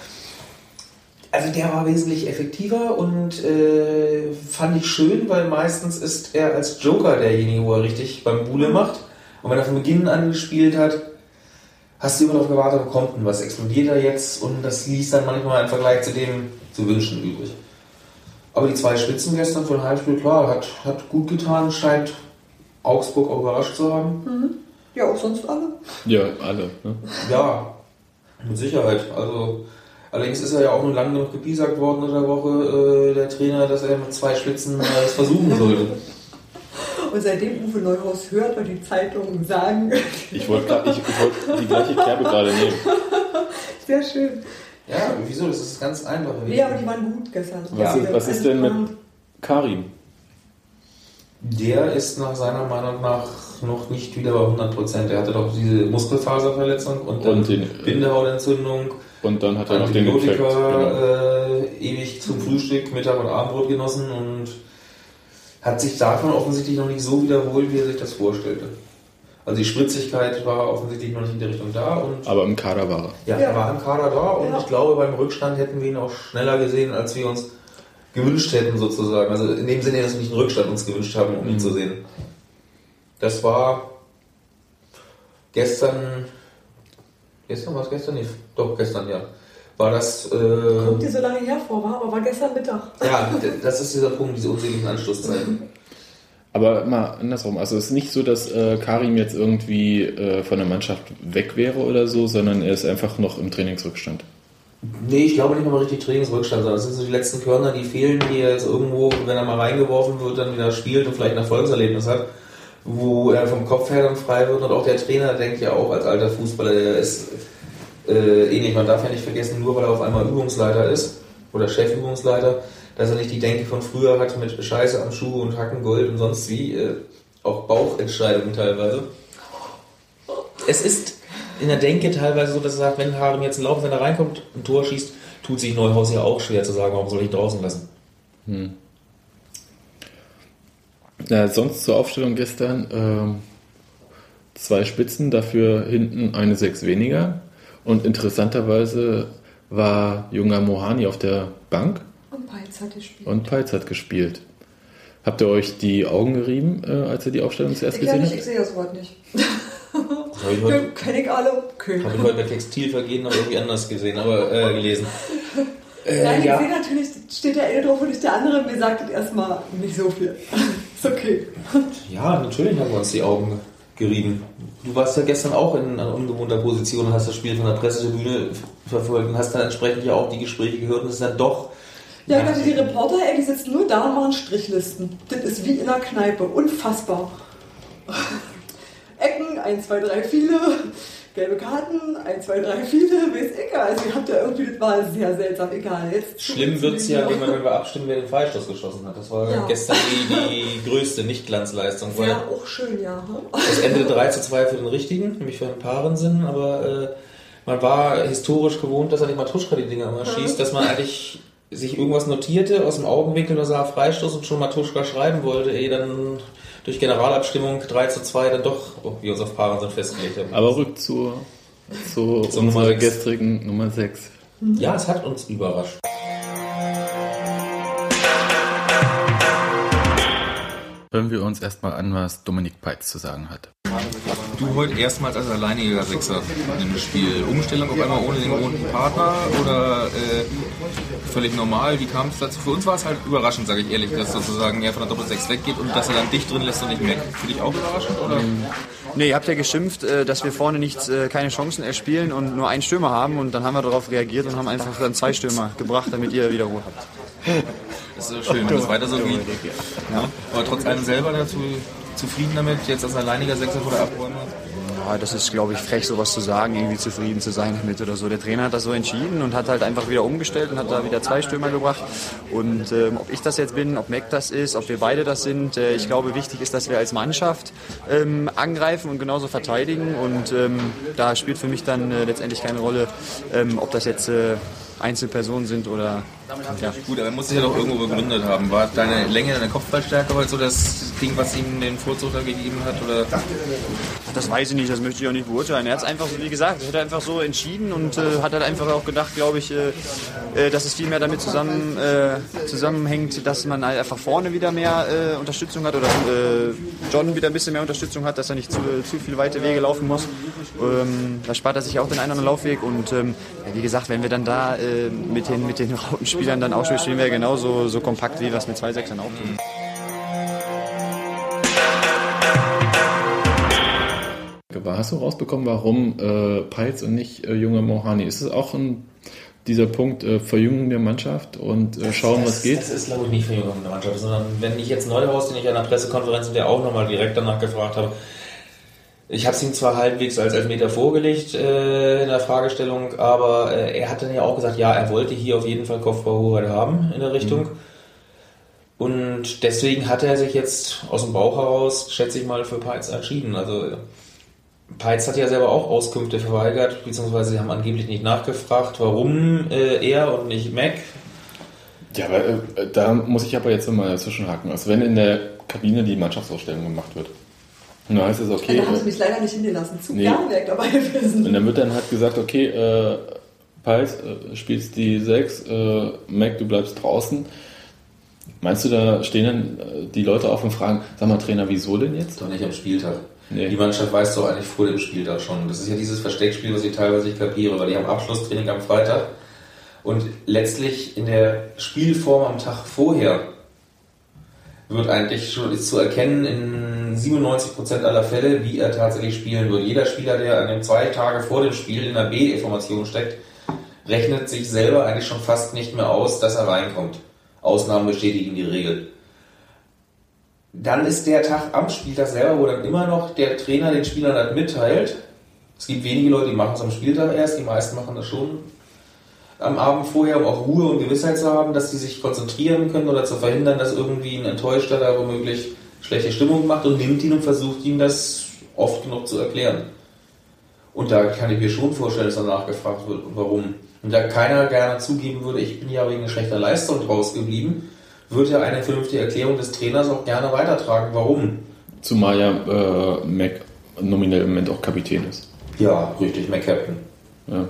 Also der war wesentlich effektiver und äh, fand ich schön, weil meistens ist er als Joker derjenige, wo er richtig beim Bule macht. Und wenn er von Beginn an gespielt hat, hast du immer darauf gewartet, wo kommt denn was, explodiert er jetzt? Und das ließ dann manchmal im Vergleich zu dem zu wünschen übrig. Aber die zwei Spitzen gestern von Heimspiel, klar, hat, hat gut getan, scheint Augsburg auch überrascht zu haben. Mhm. Ja, auch sonst alle. Ja, alle. Ne? Ja, mit Sicherheit. Also allerdings ist er ja auch nur lange genug gepiesackt worden in der Woche, äh, der Trainer, dass er mit zwei Spitzen es versuchen sollte. Und seitdem Uwe Neuhaus hört und die Zeitungen sagen... Ich wollte ich, ich wollt die gleiche Kerbe gerade nehmen. Sehr schön. Ja, wieso? Das ist ganz einfach. Ja, aber die waren gut gestern. Was, ja, ist, was ist denn mit Karim? Der ist nach seiner Meinung nach noch nicht wieder bei hundert Prozent. Er hatte doch diese Muskelfaserverletzung und dann Und den- Bindehautentzündung. Und dann hat er noch den Infekt. Genau. Antibiotika äh, ewig zum Frühstück, Mittag und Abendbrot genossen und hat sich davon offensichtlich noch nicht so wiederholt, wie er sich das vorstellte. Also die Spritzigkeit war offensichtlich noch nicht in der Richtung da. Und Aber im Kader war er. ja, Ja. er war im Kader da und Ja. ich glaube, beim Rückstand hätten wir ihn auch schneller gesehen, als wir uns gewünscht hätten, sozusagen. Also in dem Sinne, dass wir nicht einen Rückstand uns gewünscht haben, um ihn Mhm. zu sehen. Das war gestern, gestern war es gestern nicht, doch gestern, ja. War das, äh, Kommt dir so lange hervor, war, aber war gestern Mittag. ja, d- das ist dieser Punkt, diese unseligen Anschlusszeiten. Aber mal andersrum. Also es ist nicht so, dass äh, Karim jetzt irgendwie äh, von der Mannschaft weg wäre oder so, sondern er ist einfach noch im Trainingsrückstand. Nee, ich glaube nicht mal richtig Trainingsrückstand, sondern das sind so die letzten Körner, die fehlen, die er jetzt irgendwo, wenn er mal reingeworfen wird, dann wieder spielt und vielleicht ein Erfolgserlebnis hat, wo er vom Kopf her dann frei wird. Und auch der Trainer denkt ja auch als alter Fußballer, der ist äh, ähnlich. Man darf ja nicht vergessen, nur weil er auf einmal Übungsleiter ist oder Chefübungsleiter, dass er nicht die Denke von früher hat mit Scheiße am Schuh und Hackengold und sonst wie, äh, auch Bauchentscheidungen teilweise. Es ist in der Denke teilweise so, dass er sagt, wenn Harim jetzt ein Lauf, wenn er reinkommt, ein Tor schießt, tut sich Neuhaus ja auch schwer zu sagen, warum soll ich draußen lassen. Hm. Ja, sonst zur Aufstellung gestern ähm, zwei Spitzen, dafür hinten eine Sechs weniger. Und interessanterweise war junger Mohani auf der Bank Und Peitz hat gespielt. und Peitz hat gespielt. Habt ihr euch die Augen gerieben, äh, als ihr die Aufstellung zuerst Ich ja gesehen nicht, habt? ich sehe das Wort nicht. Das habe ich heute, Kenn ich alle. Okay. hab ich heute bei Textilvergehen aber irgendwie anders gesehen, aber äh, gelesen. Äh, Nein, ich ja. sehe natürlich, steht der eine drauf und nicht der andere. Mir sagt das erstmal nicht so viel. Ist okay. ja, natürlich haben wir uns die Augen gerieben. Du warst ja gestern auch in einer ungewohnter Position und hast das Spiel von der Pressetribüne verfolgt und hast dann entsprechend ja auch die Gespräche gehört und es ist dann doch... Ja, ich dachte, die Reporter, ey, die sitzen nur da und machen Strichlisten. Das ist wie in einer Kneipe. Unfassbar. Ecken, eins, zwei, drei, viele. Gelbe Karten, eins, zwei, drei, viele. Weiß ich. Also ihr habt ja irgendwie, das war sehr seltsam. Egal. Jetzt Schlimm wird es ja, wenn wir, wenn wir abstimmen, wer den Freistoß geschossen hat. Das war Ja. gestern die, die größte Nicht-Glanzleistung. Weil ja, auch schön, ja. hm? es endete drei zu zwei für den Richtigen, nämlich für den Paarensinn, aber äh, man war historisch gewohnt, dass er nicht Matuschka die Dinger immer schießt, dass man eigentlich sich irgendwas notierte aus dem Augenwinkel, da sah Freistoß und schon Matuschka schreiben wollte, ehe dann durch Generalabstimmung drei zu zwei dann doch, oh, wir uns auf Paarensinn festgelegt haben. Aber rück zur, zu Zur Nummer unserer sechs. gestrigen Nummer sechs. Ja, es hat uns überrascht. Hören wir uns erstmal an, was Dominik Peitz zu sagen hat. Du heute erstmals als alleiniger Sechser in dem Spiel. Umstellung auf einmal ohne den gewohnten Partner oder äh, völlig normal? Wie kam es dazu? Für uns war es halt überraschend, sage ich ehrlich, dass sozusagen er von der Doppel-Sechs weggeht und dass er dann dich drin lässt und nicht mehr. Für dich auch überraschend? Oder? Nee, ihr habt ja geschimpft, äh, dass wir vorne nicht, äh, keine Chancen erspielen und nur einen Stürmer haben und dann haben wir darauf reagiert und haben einfach dann zwei Stürmer gebracht, damit ihr wieder Ruhe habt. Das ist schön, wenn es weiter so geht. Ja. Aber trotz allem selber dazu zufrieden damit, jetzt als alleiniger Sechser vor der Abräume? Ja, das ist, glaube ich, frech, sowas zu sagen, irgendwie zufrieden zu sein damit oder so. Der Trainer hat das so entschieden und hat halt einfach wieder umgestellt und hat da wieder zwei Stürmer gebracht. Und ähm, ob ich das jetzt bin, ob Mac das ist, ob wir beide das sind, äh, ich glaube, wichtig ist, dass wir als Mannschaft ähm, angreifen und genauso verteidigen. Und ähm, da spielt für mich dann äh, letztendlich keine Rolle, ähm, ob das jetzt äh, Einzelpersonen sind oder... Ja. Gut, aber er muss sich ja doch irgendwo begründet haben. War deine Länge, deine Kopfballstärke heute so das Ding, was ihm den Vorzug da gegeben hat? Oder? Das weiß ich nicht, das möchte ich auch nicht beurteilen. Er hat es einfach, wie gesagt, er hat einfach so entschieden und äh, hat halt einfach auch gedacht, glaube ich, äh, äh, dass es viel mehr damit zusammen, äh, zusammenhängt, dass man halt einfach vorne wieder mehr äh, Unterstützung hat oder äh, John wieder ein bisschen mehr Unterstützung hat, dass er nicht zu, zu viel weite Wege laufen muss. Ähm, da spart er sich auch den einen oder anderen Laufweg und ähm, ja, wie gesagt, wenn wir dann da äh, mit den, mit den Rautenspielern dann auch spielen, wir genauso so kompakt, wie wir es mit zwei Sechsern auch tun. Hast du rausbekommen, warum äh, Peitz und nicht äh, junger Mohani? Ist es auch ein, dieser Punkt äh, Verjüngung der Mannschaft und äh, schauen, das, was geht? Das ist, glaube ich, nicht Verjüngung der Mannschaft, sondern wenn ich jetzt Neuhaus, den ich an der Pressekonferenz und der auch nochmal direkt danach gefragt habe, ich habe es ihm zwar halbwegs als Elfmeter vorgelegt äh, in der Fragestellung, aber äh, er hat dann ja auch gesagt, ja, er wollte hier auf jeden Fall Kopfballhoheit haben in der Richtung. Mhm. Und deswegen hat er sich jetzt aus dem Bauch heraus, schätze ich mal, für Peitz entschieden. Also Peitz hat ja selber auch Auskünfte verweigert, beziehungsweise sie haben angeblich nicht nachgefragt, warum äh, er und nicht Mac. Ja, aber äh, da muss ich aber jetzt mal dazwischenhaken. Also wenn in der Kabine die Mannschaftsausstellung gemacht wird, und dann heißt es, okay... Da haben sie mich leider nicht hingelassen, zu nee. Jahrenwerk dabei gewesen. Und dann wird dann halt gesagt, okay, äh, Peitz, äh, spielst die sechs, äh, Mac, du bleibst draußen. Meinst du, da stehen dann äh, die Leute auf und fragen, sag mal Trainer, wieso denn jetzt? Doch nicht am Spieltag. Nee. Die Mannschaft weiß doch eigentlich vor dem Spieltag schon. Das ist ja dieses Versteckspiel, was ich teilweise nicht kapiere, weil die haben Abschlusstraining am Freitag und letztlich in der Spielform am Tag vorher wird eigentlich schon ist zu erkennen in siebenundneunzig Prozent aller Fälle, wie er tatsächlich spielen wird. Jeder Spieler, der an den zwei Tage vor dem Spiel in der B-Information steckt, rechnet sich selber eigentlich schon fast nicht mehr aus, dass er reinkommt. Ausnahmen bestätigen die Regel. Dann ist der Tag am Spieltag selber, wo dann immer noch der Trainer den Spielern das mitteilt. Es gibt wenige Leute, die machen es am Spieltag erst, die meisten machen das schon am Abend vorher, um auch Ruhe und Gewissheit zu haben, dass sie sich konzentrieren können oder zu verhindern, dass irgendwie ein Enttäuschter da womöglich schlechte Stimmung macht und nimmt ihn und versucht ihm das oft genug zu erklären. Und da kann ich mir schon vorstellen, dass danach gefragt wird, warum. Und da keiner gerne zugeben würde, ich bin ja wegen schlechter Leistung rausgeblieben, würde ja eine vernünftige Erklärung des Trainers auch gerne weitertragen, warum. Zumal ja äh, Mac nominell im Moment auch Kapitän ist. Ja, richtig, Mac Captain. Ja.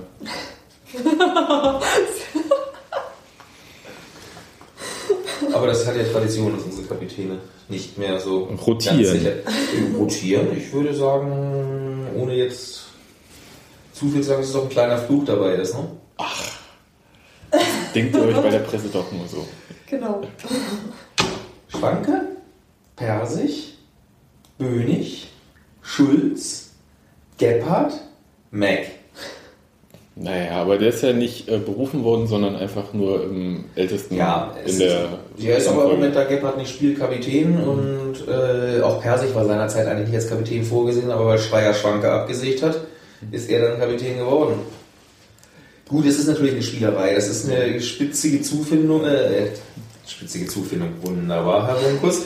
Aber das hat ja Tradition, dass unsere Kapitäne nicht mehr so rotieren. Ganz sicher rotieren. Ich würde sagen, ohne jetzt zu viel zu sagen, dass es doch ein kleiner Fluch dabei ist, ne? Ach, denkt ihr euch bei der Presse doch nur so. Genau. Schwanke, Persig, Bönig, Schulz, Gebhardt, Mac. Naja, aber der ist ja nicht äh, berufen worden, sondern einfach nur im ältesten ja, in der. Der ist aber im Moment, da Gebhardt nicht spielt, Kapitän mhm. und äh, auch Persig war seinerzeit eigentlich nicht als Kapitän vorgesehen, aber weil Schreier Schwanke abgesägt hat, ist er dann Kapitän geworden. Gut, es ist natürlich eine Spielerei, das ist eine spitzige Zufindung, äh, spitzige Zufindung, wunderbar, Herr Runkus.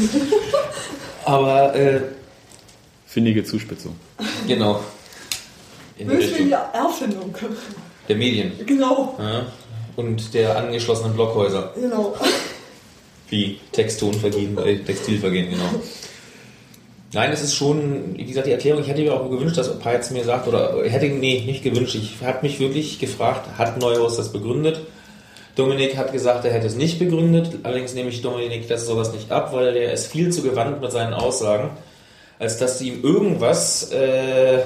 Aber, äh, findige Zuspitzung. Genau. In die Richtung Erfindung. Der Medien. Genau. Ja. Und der angeschlossenen Blockhäuser. Genau. Wie Textonvergehen, äh, Textilvergehen, genau. Nein, es ist schon, wie gesagt, die Erklärung, ich hätte mir auch gewünscht, dass Peitz mir sagt, oder hätte, nee, nicht gewünscht, ich habe mich wirklich gefragt, hat Neuhaus das begründet? Dominik hat gesagt, er hätte es nicht begründet, allerdings nehme ich Dominik das sowas nicht ab, weil der ist viel zu gewandt mit seinen Aussagen, als dass du ihm irgendwas äh,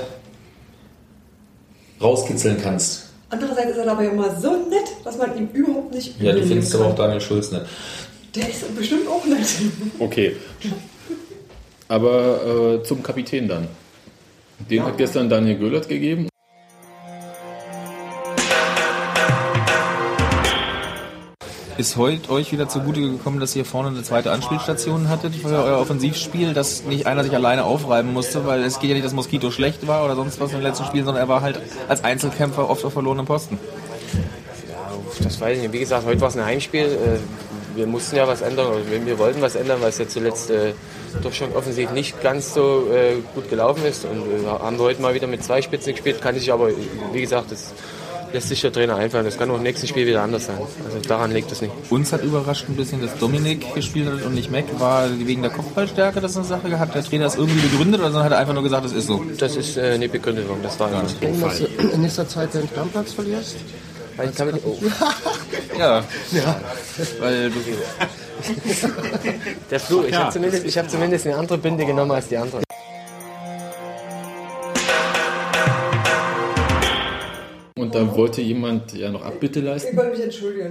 rauskitzeln kannst. Andererseits ist er dabei immer so nett, dass man ihm überhaupt nicht Ja, du findest aber auch Daniel Schulz nett. Der ist bestimmt auch nett. Okay. Aber äh, zum Kapitän dann. Den ja. hat gestern Daniel Göllert gegeben. Ist heute euch wieder zugute gekommen, dass ihr vorne eine zweite Anspielstation hattet für euer Offensivspiel, dass nicht einer sich alleine aufreiben musste, weil es geht ja nicht, dass Moskito schlecht war oder sonst was im letzten Spiel, sondern er war halt als Einzelkämpfer oft auf verlorenem Posten. Ja, das weiß ich nicht. Wie gesagt, heute war es ein Heimspiel. Wir mussten ja was ändern, oder wir wollten was ändern, weil es ja zuletzt äh, doch schon offensichtlich nicht ganz so äh, gut gelaufen ist. Und äh, haben wir heute mal wieder mit zwei Spitzen gespielt, kann ich aber, wie gesagt, das lässt sich der Trainer einfallen. Das kann auch im nächsten Spiel wieder anders sein. Also daran liegt es nicht. Uns hat überrascht ein bisschen, dass Dominik gespielt hat und nicht Mac. War wegen der Kopfballstärke das eine Sache? Hat der Trainer das irgendwie begründet oder hat er einfach nur gesagt, das ist so? Das ist äh, eine Begründung, das war gar nicht der Fall. Dass du in nächster Zeit den Stammplatz verlierst? Weil ich kann mit, oh. Ja, ja, weil du... Der Fluch, ich ja. habe zumindest, ich hab zumindest eine andere Binde genommen als die andere. Und da wollte jemand ja noch Abbitte leisten. Ich wollte mich entschuldigen.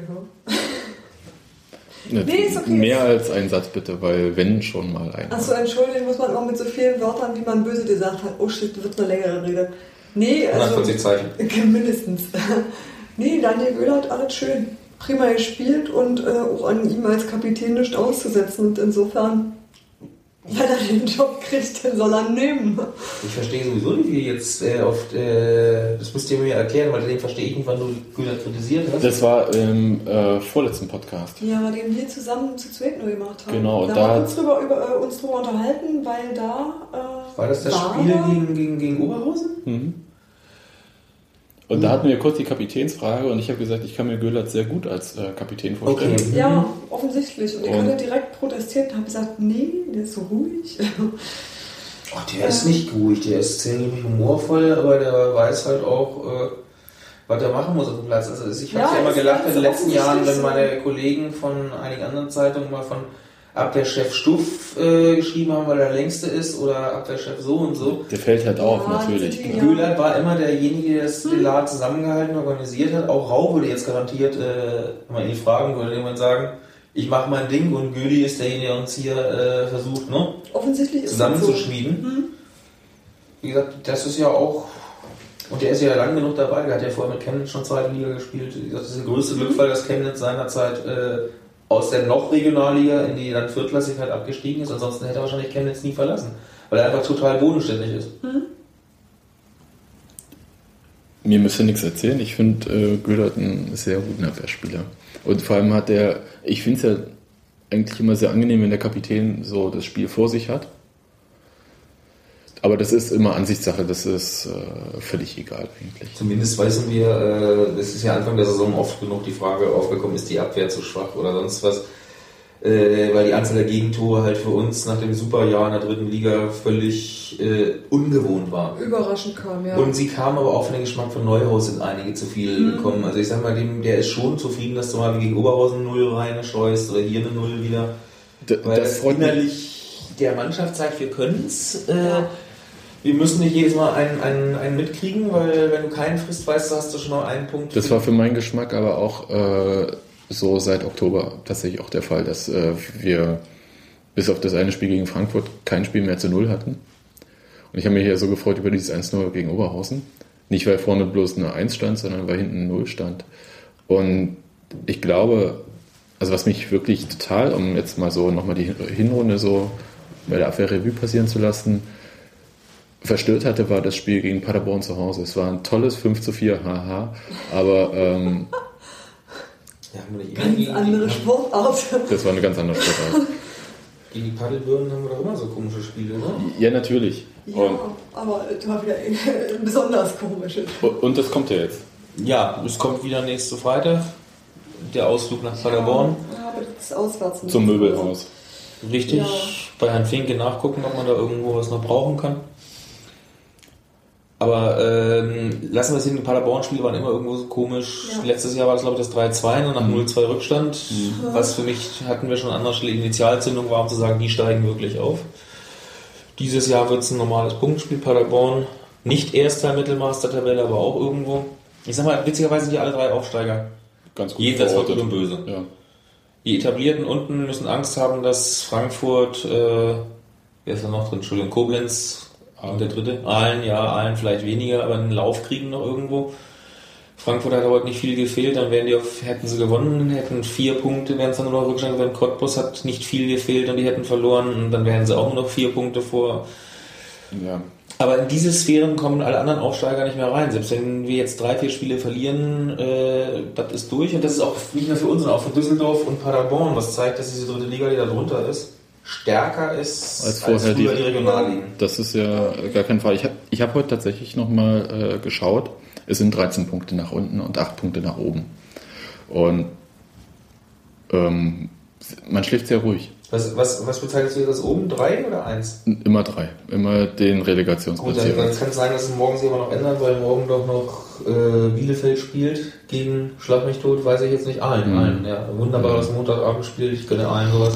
Ne, nee, ist okay. Mehr als einen Satz bitte, weil wenn schon mal ein. Achso, entschuldigen muss man auch mit so vielen Wörtern, wie man böse gesagt hat. Oh shit, wird eine längere Rede. Nee, also... hundertfünfzig Zeichen. Mindestens. Nee, Daniel Göllert, alles schön. Prima gespielt und äh, auch an ihm als Kapitän nicht auszusetzen. Und insofern Wenn er den Job kriegt, den soll er nehmen. Ich verstehe sowieso nicht, wie jetzt äh, oft, äh, das müsst ihr mir erklären, weil den verstehe ich nicht, wann du Güler kritisiert hast. Das war im äh, vorletzten Podcast. Ja, den wir zusammen zu zweit nur gemacht haben. Genau, da, da haben wir uns drüber, über, äh, uns drüber unterhalten, weil da... Äh, war das das war Spiel gegen, gegen, gegen Oberhausen? Mhm. Und da hatten wir kurz die Kapitänsfrage und ich habe gesagt, ich kann mir Göhlertz sehr gut als äh, Kapitän vorstellen. Okay. Ja, offensichtlich. Und ich Und- hatte direkt protestiert und habe gesagt, nee, der ist so ruhig. Ach, der ist nicht ruhig, der ist ziemlich humorvoll, aber der weiß halt auch, äh, was er machen muss auf dem Platz. Also ich habe Ja, ja immer ist gelacht ganz in den letzten Jahren, wenn offensichtlich meine Kollegen von einigen anderen Zeitungen mal von Abwehrchef Stuff äh, geschrieben haben, weil er der längste ist, oder Abwehrchef so und so. Der fällt halt auf, Ja, natürlich. die- Ja. Göhlert war immer derjenige, der das Delat zusammengehalten, organisiert hat. Auch Rau würde jetzt garantiert, äh, wenn man ihn fragen würde, jemand sagen, ich mache mein Ding und Göli ist derjenige, der uns hier äh, versucht, ne, Offensichtlich ist es so. zusammenzuschmieden. Wie gesagt, das ist ja auch, und der ist ja lang genug dabei, der hat ja vorher mit Chemnitz schon zweite Liga gespielt. Wie gesagt, das ist der größte Glückfall, dass Chemnitz seinerzeit äh, aus der noch Regionalliga in die dann Viertklassigkeit abgestiegen ist. Ansonsten hätte er wahrscheinlich Chemnitz nie verlassen, weil er einfach total bodenständig ist. Mir müsst ihr nichts erzählen. Ich finde äh, Göhlertz einen sehr guten Abwehrspieler. Und vor allem hat er, ich finde es ja eigentlich immer sehr angenehm, wenn der Kapitän so das Spiel vor sich hat. Aber das ist immer Ansichtssache, das ist äh, völlig egal eigentlich. Zumindest wissen wir, äh, es ist ja Anfang der Saison oft genug die Frage aufgekommen, ist die Abwehr zu schwach oder sonst was. Äh, weil die Anzahl der Gegentore halt für uns nach dem Superjahr in der dritten Liga völlig äh, ungewohnt war. Überraschend kam, ja. Und sie kam aber auch von den Geschmack von Neuhaus, sind einige zu viel Mhm. gekommen. Also ich sag mal, dem, der ist schon zufrieden, dass du mal wie gegen Oberhausen null reinscheust oder hier eine null wieder. D- Weil das freut mich. innerlich der Mannschaft zeigt, wir können es. Äh, Ja. Wir müssen nicht jedes Mal einen, einen, einen mitkriegen, weil wenn du keinen frisst, weißt du, hast du schon noch einen Punkt. Das war für meinen Geschmack aber auch äh, so seit Oktober tatsächlich auch der Fall, dass äh, wir bis auf das eine Spiel gegen Frankfurt kein Spiel mehr zu Null hatten. Und ich habe mich ja so gefreut über dieses eins null gegen Oberhausen. Nicht, weil vorne bloß eine eins stand, sondern weil hinten eine null stand. Und ich glaube, also was mich wirklich total, um jetzt mal so nochmal die Hinrunde so bei der Abwehr Revue passieren zu lassen, verstört hatte, war das Spiel gegen Paderborn zu Hause. Es war ein tolles fünf zu vier, haha, aber ähm, Ja, haben wir nicht Ganz gegen- andere gegen- Sportart. das war eine ganz andere Sportart. Gegen die Paddelbirnen haben wir doch immer so komische Spiele, ne? Ja, natürlich. Ja, Und, aber das war wieder besonders komisch. und das kommt ja jetzt. Ja, es kommt wieder nächste Freitag. Der Ausflug nach Paderborn. Ja, aber das ist auswärts. nicht. Zum Möbelhaus. Richtig. Ja. Bei Herrn Finke nachgucken, ob man da irgendwo was noch brauchen kann. Aber ähm, lassen wir es hin, die Paderborn-Spiele waren immer irgendwo so komisch. Ja. Letztes Jahr war das, glaube ich, das drei zwei und nach null zwei Rückstand. Was für mich, hatten wir schon an anderer Stelle Initialzündung war, um zu sagen, die steigen wirklich auf. Dieses Jahr wird es ein normales Punktspiel. Paderborn nicht erster Mittelmaß der Tabelle, aber auch irgendwo. Ich sag mal, witzigerweise sind die alle drei Aufsteiger. Ganz gut Jenseits von verortet. Gut und Böse. Ja. Die Etablierten unten müssen Angst haben, dass Frankfurt, äh, wer ist da noch drin? Entschuldigung, Koblenz und der dritte. Aalen, ja, Aalen vielleicht weniger, aber einen Lauf kriegen noch irgendwo. Frankfurt hat heute nicht viel gefehlt, dann wären die auf, hätten sie gewonnen, hätten vier Punkte, wären es dann nur noch Rückstand gewesen. Cottbus hat nicht viel gefehlt und die hätten verloren und dann wären sie auch nur noch vier Punkte vor. Ja. Aber in diese Sphären kommen alle anderen Aufsteiger nicht mehr rein. Selbst wenn wir jetzt drei, vier Spiele verlieren, äh, das ist durch. Und das ist auch nicht nur für uns, sondern auch für Düsseldorf und Paderborn, was zeigt, dass diese dritte Liga, die da drunter ist, stärker ist Als vorher früher die- die Regionalligen. Das ist ja gar kein Fall. Ich habe ich hab heute tatsächlich nochmal äh, geschaut. Es sind dreizehn Punkte nach unten und acht Punkte nach oben. Und ähm, man schläft sehr ruhig. Was, was, was bezeichnest du jetzt als oben? Drei oder eins? Immer drei. Immer den Gut, Relegationsplatz dann, dann jeweils. kann es sein, dass es morgen sich aber noch ändert, weil morgen doch noch äh, Bielefeld spielt gegen Schlag mich tot, weiß ich jetzt nicht, Aalen. Mhm. Aalen, ja. Wunderbares Montagabendspiel, ich gönne Aalen sowas.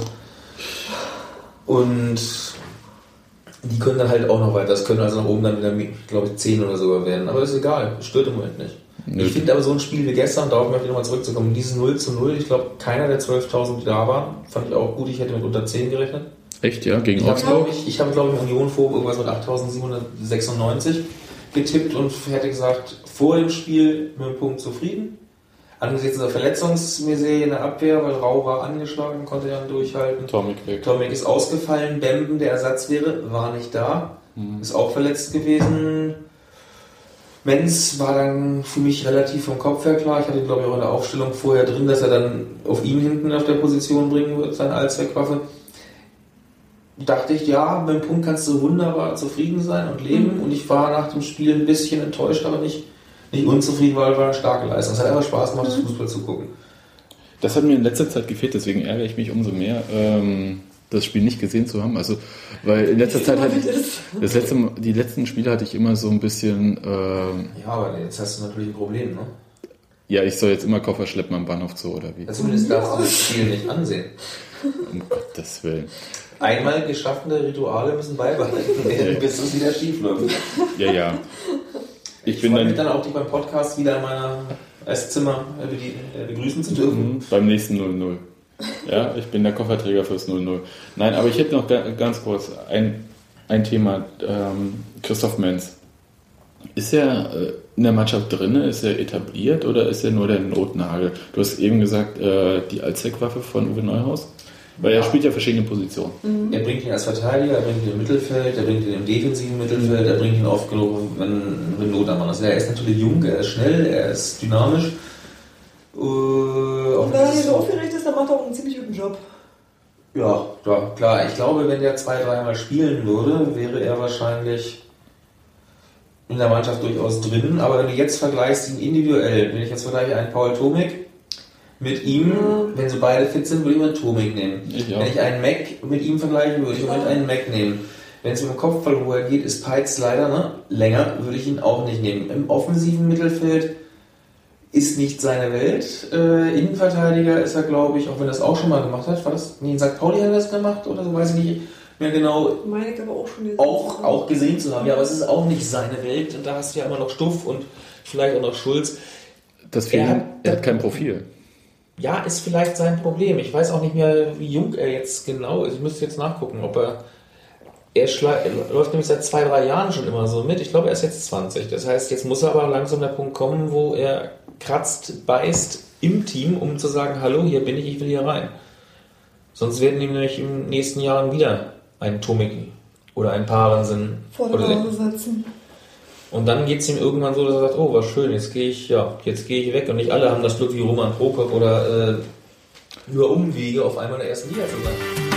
Und die können dann halt auch noch weiter. Das können also nach oben dann wieder, glaube ich, zehn oder sogar werden. Aber das ist egal, das stört im Moment nicht. Nö. Ich finde aber so ein Spiel wie gestern, darauf möchte ich nochmal zurückzukommen, dieses null zu null, ich glaube, keiner der zwölftausend, die da waren, fand ich auch gut, ich hätte mit unter zehn gerechnet. Echt, ja? Gegen Ich habe, Augsburg? glaube ich, ich habe, glaube ich, Union vor irgendwas mit achttausendsiebenhundertsechsundneunzig getippt und hätte gesagt, vor dem Spiel mit dem Punkt zufrieden. Angesichts dieser Verletzungsmisere in der Abwehr, weil Rau war angeschlagen, konnte ja durchhalten. Tomic weg. Tomic ist ausgefallen, Bemben, der Ersatz wäre, war nicht da. Mhm. Ist auch verletzt gewesen. Menz war dann für mich relativ vom Kopf her klar. Ich hatte, glaube ich, auch in der Aufstellung vorher drin, dass er dann auf ihn hinten auf der Position bringen wird, seine Allzweckwaffe. Dachte ich, ja, mit dem Punkt kannst du wunderbar zufrieden sein und leben. Mhm. Und ich war nach dem Spiel ein bisschen enttäuscht, aber nicht, nicht unzufrieden, weil es war eine starke Leistung. Es hat einfach Spaß gemacht, das Fußball zu gucken. Das hat mir in letzter Zeit gefehlt, deswegen ärgere ich mich umso mehr, ähm, das Spiel nicht gesehen zu haben. Also, weil in letzter Zeit hatte ich, das letzte, die letzten Spiele hatte ich immer so ein bisschen... Ähm, ja, aber jetzt hast du natürlich ein Problem, ne? Ja, ich soll jetzt immer Koffer schleppen am Bahnhof Zoo, oder wie? Also zumindest darfst du das Spiel nicht ansehen. Um Gottes Willen. Einmal geschaffene Rituale müssen beibehalten werden, bis es wieder schief läuft. Ja, ja. Ich, ich bin freue mich dann auch, dich beim Podcast wieder in meiner Esszimmer begrüßen zu dürfen. Mhm, beim nächsten null null. Ja, ich bin der Kofferträger fürs null null. Nein, aber ich hätte noch ganz kurz ein, ein Thema. Ähm, Christoph Menz. Ist er äh, in der Mannschaft drin? Ist er etabliert oder ist er nur der Notnagel? Du hast eben gesagt, äh, die Allzweckwaffe von Uwe Neuhaus. Weil er spielt ja verschiedene Positionen. Mhm. Er bringt ihn als Verteidiger, er bringt ihn im Mittelfeld, er bringt ihn im defensiven Mittelfeld, er bringt ihn oft genug, wenn, wenn Not am Mann ist. Er ist natürlich jung, er ist schnell, er ist dynamisch. Äh, Und wenn er hier so aufgeregt ist, dann macht er auch einen ziemlich guten Job. Ja, ja, klar. Ich glaube, wenn der zwei, dreimal spielen würde, wäre er wahrscheinlich in der Mannschaft durchaus drin. Aber wenn du jetzt vergleichst ihn individuell, wenn ich jetzt vergleiche einen Paul Tomic mit ihm, ja. Wenn sie beide fit sind, würde ich einen Tomic nehmen. Ich wenn ich einen Mac mit ihm vergleiche, würde ich ja. einen Mac nehmen. Wenn es mit dem Kopfball hoher geht, ist Peitz leider ne? länger, würde ich ihn auch nicht nehmen. Im offensiven Mittelfeld ist nicht seine Welt. Äh, Innenverteidiger ist er, glaube ich, auch wenn er das auch schon mal gemacht hat, war das, nee, in Sankt Pauli hat er das gemacht oder so, weiß ich nicht mehr genau. Meine ich aber auch schon gesehen. Auch, auch gesehen zu haben, ja, aber es ist auch nicht seine Welt und da hast du ja immer noch Stuff und vielleicht auch noch Schulz. Das er, hat, er hat kein Profil. Ja, ist vielleicht sein Problem. Ich weiß auch nicht mehr, wie jung er jetzt genau ist. Ich müsste jetzt nachgucken, ob er... Er, schla- er läuft nämlich seit zwei, drei Jahren schon immer so mit. Ich glaube, er ist jetzt zwanzig. Das heißt, jetzt muss er aber langsam der Punkt kommen, wo er kratzt, beißt im Team, um zu sagen, hallo, hier bin ich, ich will hier rein. Sonst werden ihm nämlich in den nächsten Jahren wieder ein Tomic oder ein Parensen vor der Nase setzen. Und dann geht es ihm irgendwann so, dass er sagt, oh, was schön, jetzt gehe ich, ja, jetzt gehe ich weg. Und nicht alle haben das Glück wie Roman Prokop oder äh, über Umwege auf einmal in der ersten Liga zu sein.